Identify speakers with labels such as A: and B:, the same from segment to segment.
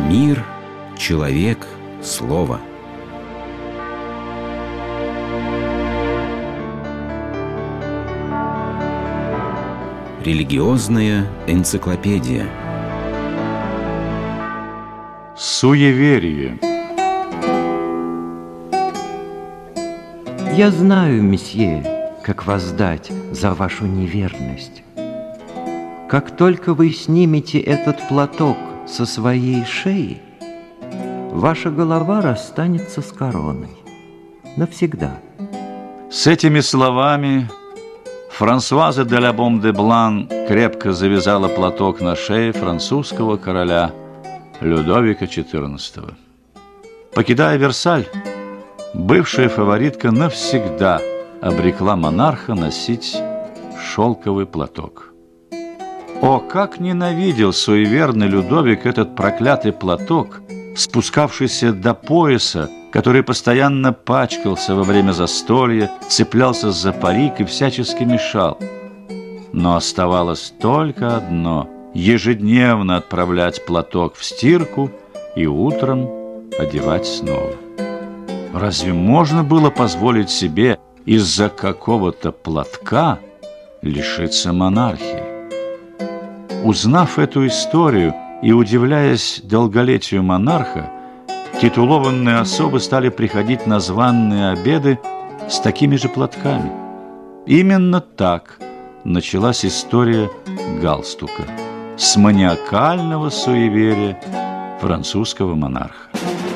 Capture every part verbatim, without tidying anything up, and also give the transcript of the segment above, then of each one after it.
A: Мир, человек, слово. Религиозная энциклопедия.
B: Суеверие.
C: Я знаю, месье, как воздать за вашу неверность. Как только вы снимете этот платок со своей шеи, ваша голова расстанется с короной навсегда.
B: С этими словами Франсуаза де ла Бом-де-Блан крепко завязала платок на шее французского короля Людовика четырнадцатого. Покидая Версаль, бывшая фаворитка навсегда обрекла монарха носить шелковый платок. О, как ненавидел суеверный Людовик этот проклятый платок, спускавшийся до пояса, который постоянно пачкался во время застолья, цеплялся за парик и всячески мешал. Но оставалось только одно – ежедневно отправлять платок в стирку и утром одевать снова. Разве можно было позволить себе из-за какого-то платка лишиться монархии? Узнав эту историю и удивляясь долголетию монарха, титулованные особы стали приходить на званые обеды с такими же платками. Именно так началась история галстука, с маниакального суеверия французского монарха.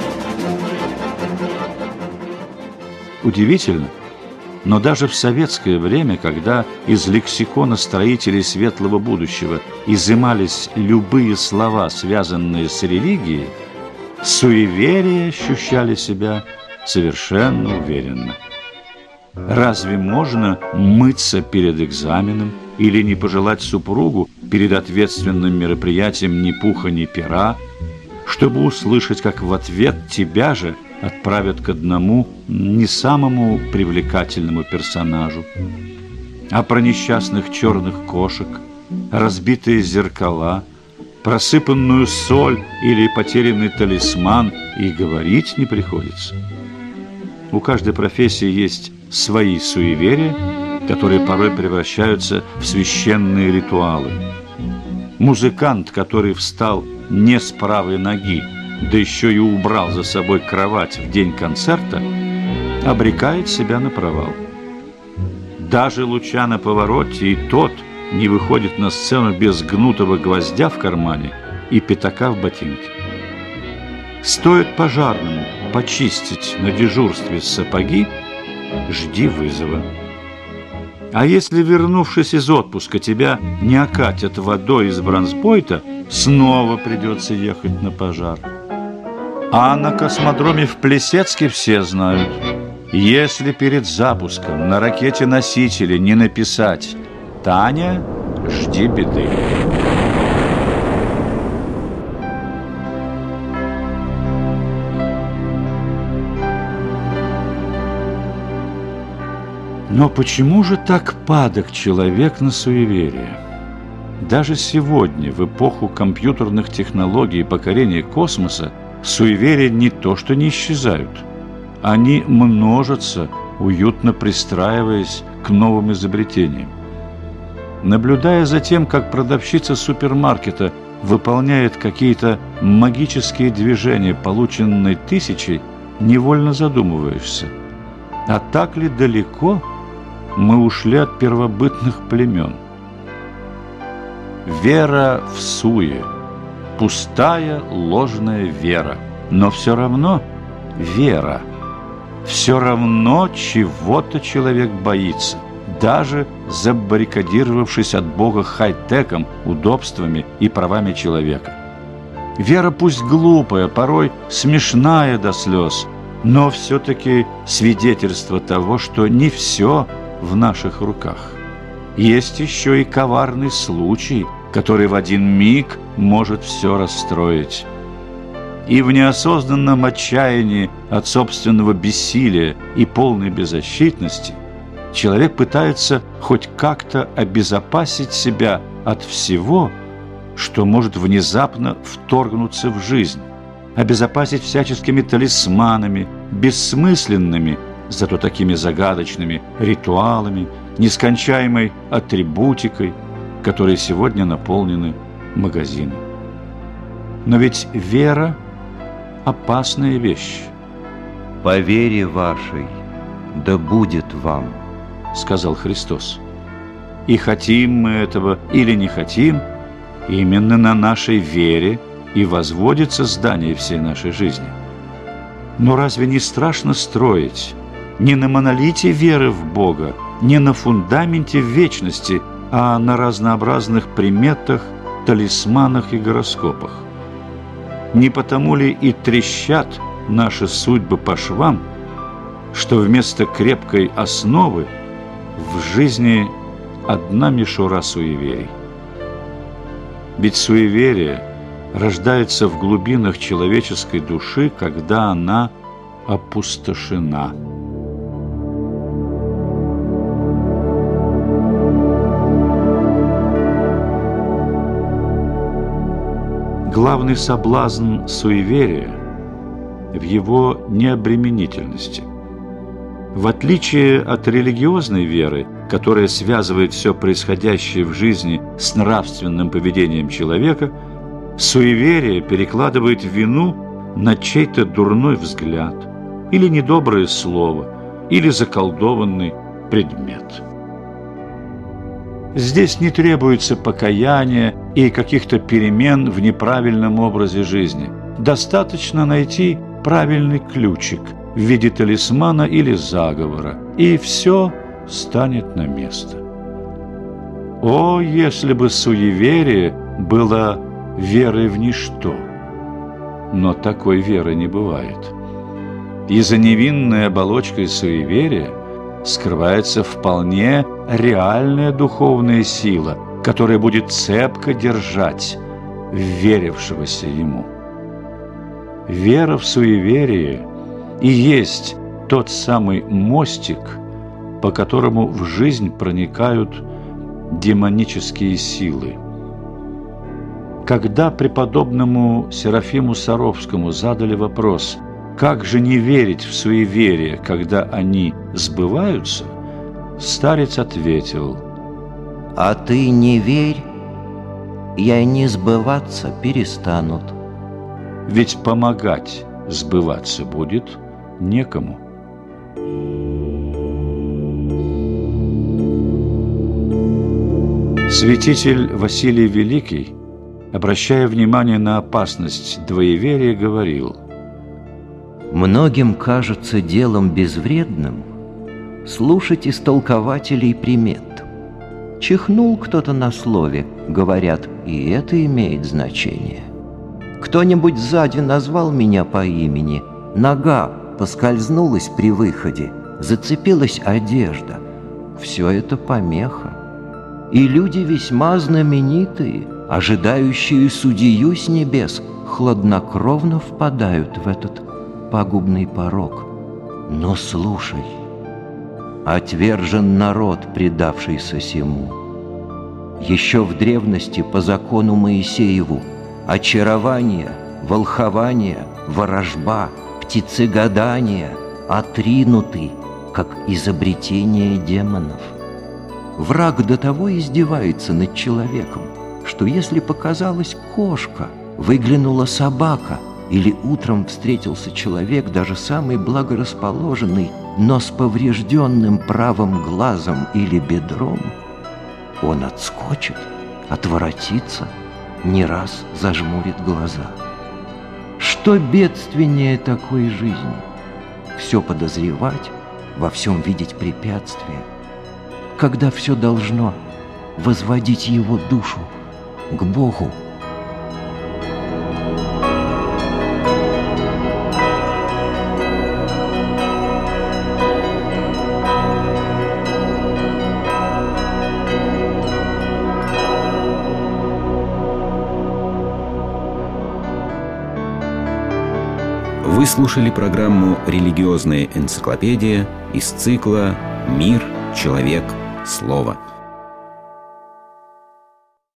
B: Удивительно, но даже в советское время, когда из лексикона строителей светлого будущего изымались любые слова, связанные с религией, суеверия ощущали себя совершенно уверенно. Разве можно мыться перед экзаменом или не пожелать супругу перед ответственным мероприятием ни пуха, ни пера, чтобы услышать, как в ответ тебя же отправят к одному не самому привлекательному персонажу? А про несчастных черных кошек, разбитые зеркала, просыпанную соль или потерянный талисман и говорить не приходится. У каждой профессии есть свои суеверия, которые порой превращаются в священные ритуалы. Музыкант, который встал не с правой ноги, да еще и убрал за собой кровать в день концерта, обрекает себя на провал. Даже Лучано Паваротти и тот не выходит на сцену без гнутого гвоздя в кармане и пятака в ботинке. Стоит пожарному почистить на дежурстве сапоги, жди вызова. А если, вернувшись из отпуска, тебя не окатят водой из бронзбойта, снова придется ехать на пожар. А на космодроме в Плесецке все знают, если перед запуском на ракете-носителе не написать «Таня, жди беды». Но почему же так падок человек на суеверие? Даже сегодня, в эпоху компьютерных технологий и покорения космоса, суеверия не то что не исчезают, они множатся, уютно пристраиваясь к новым изобретениям. Наблюдая за тем, как продавщица супермаркета выполняет какие-то магические движения, полученные тысячей, невольно задумываешься, а так ли далеко мы ушли от первобытных племен? Вера в суе, пустая ложная вера, но все равно вера. Все равно чего-то человек боится, даже забаррикадировавшись от Бога хай-теком, удобствами и правами человека. Вера пусть глупая, порой смешная до слез, но все-таки свидетельство того, что не все в наших руках. Есть еще и коварный случай, который в один миг может все расстроить. И в неосознанном отчаянии от собственного бессилия и полной беззащитности человек пытается хоть как-то обезопасить себя от всего, что может внезапно вторгнуться в жизнь, обезопасить всяческими талисманами, бессмысленными, зато такими загадочными ритуалами, нескончаемой атрибутикой, которой сегодня наполнены магазины. Но ведь вера – опасная вещь.
C: «По вере вашей да будет вам»,
B: – сказал Христос. И хотим мы этого или не хотим, именно на нашей вере и возводится здание всей нашей жизни. Но разве не страшно строить не на монолите веры в Бога, не на фундаменте вечности, а на разнообразных приметах, талисманах и гороскопах? Не потому ли и трещат наши судьбы по швам, что вместо крепкой основы в жизни одна мишура суеверий? Ведь суеверие рождается в глубинах человеческой души, когда она опустошена. Главный соблазн суеверия в его необременительности. В отличие от религиозной веры, которая связывает все происходящее в жизни с нравственным поведением человека, суеверие перекладывает вину на чей-то дурной взгляд, или недоброе слово, или заколдованный предмет. Здесь не требуется покаяния и каких-то перемен в неправильном образе жизни. Достаточно найти правильный ключик в виде талисмана или заговора, и все станет на место. О, если бы суеверие было верой в ничто! Но такой веры не бывает. И за невинной оболочкой суеверия скрывается вполне реальная духовная сила, которая будет цепко держать верившегося ему. Вера в суеверие и есть тот самый мостик, по которому в жизнь проникают демонические силы. Когда преподобному Серафиму Саровскому задали вопрос: как же не верить в суеверия, когда они сбываются, старец ответил:
C: «А ты не верь, и они сбываться перестанут».
B: Ведь помогать сбываться будет некому. Святитель Василий Великий, обращая внимание на опасность двоеверия, говорил:
C: «Многим кажется делом безвредным слушать истолкователей примет. Чихнул кто-то на слове, говорят, и это имеет значение. Кто-нибудь сзади назвал меня по имени, нога поскользнулась при выходе, зацепилась одежда. Все это помеха. И люди весьма знаменитые, ожидающие судью с небес, хладнокровно впадают в этот пагубный порок. Но слушай, отвержен народ, предавшийся сему. Еще в древности по закону Моисееву очарование, волхование, ворожба, птицегадание отринуты, как изобретение демонов. Враг до того издевается над человеком, что если показалась кошка, выглянула собака, или утром встретился человек, даже самый благорасположенный, но с поврежденным правым глазом или бедром, он отскочит, отворотится, не раз зажмурит глаза. Что бедственнее такой жизни? Все подозревать, во всем видеть препятствия, когда все должно возводить его душу к Богу.
A: Вы слушали программу «Религиозная энциклопедия» из цикла «Мир, человек, слово».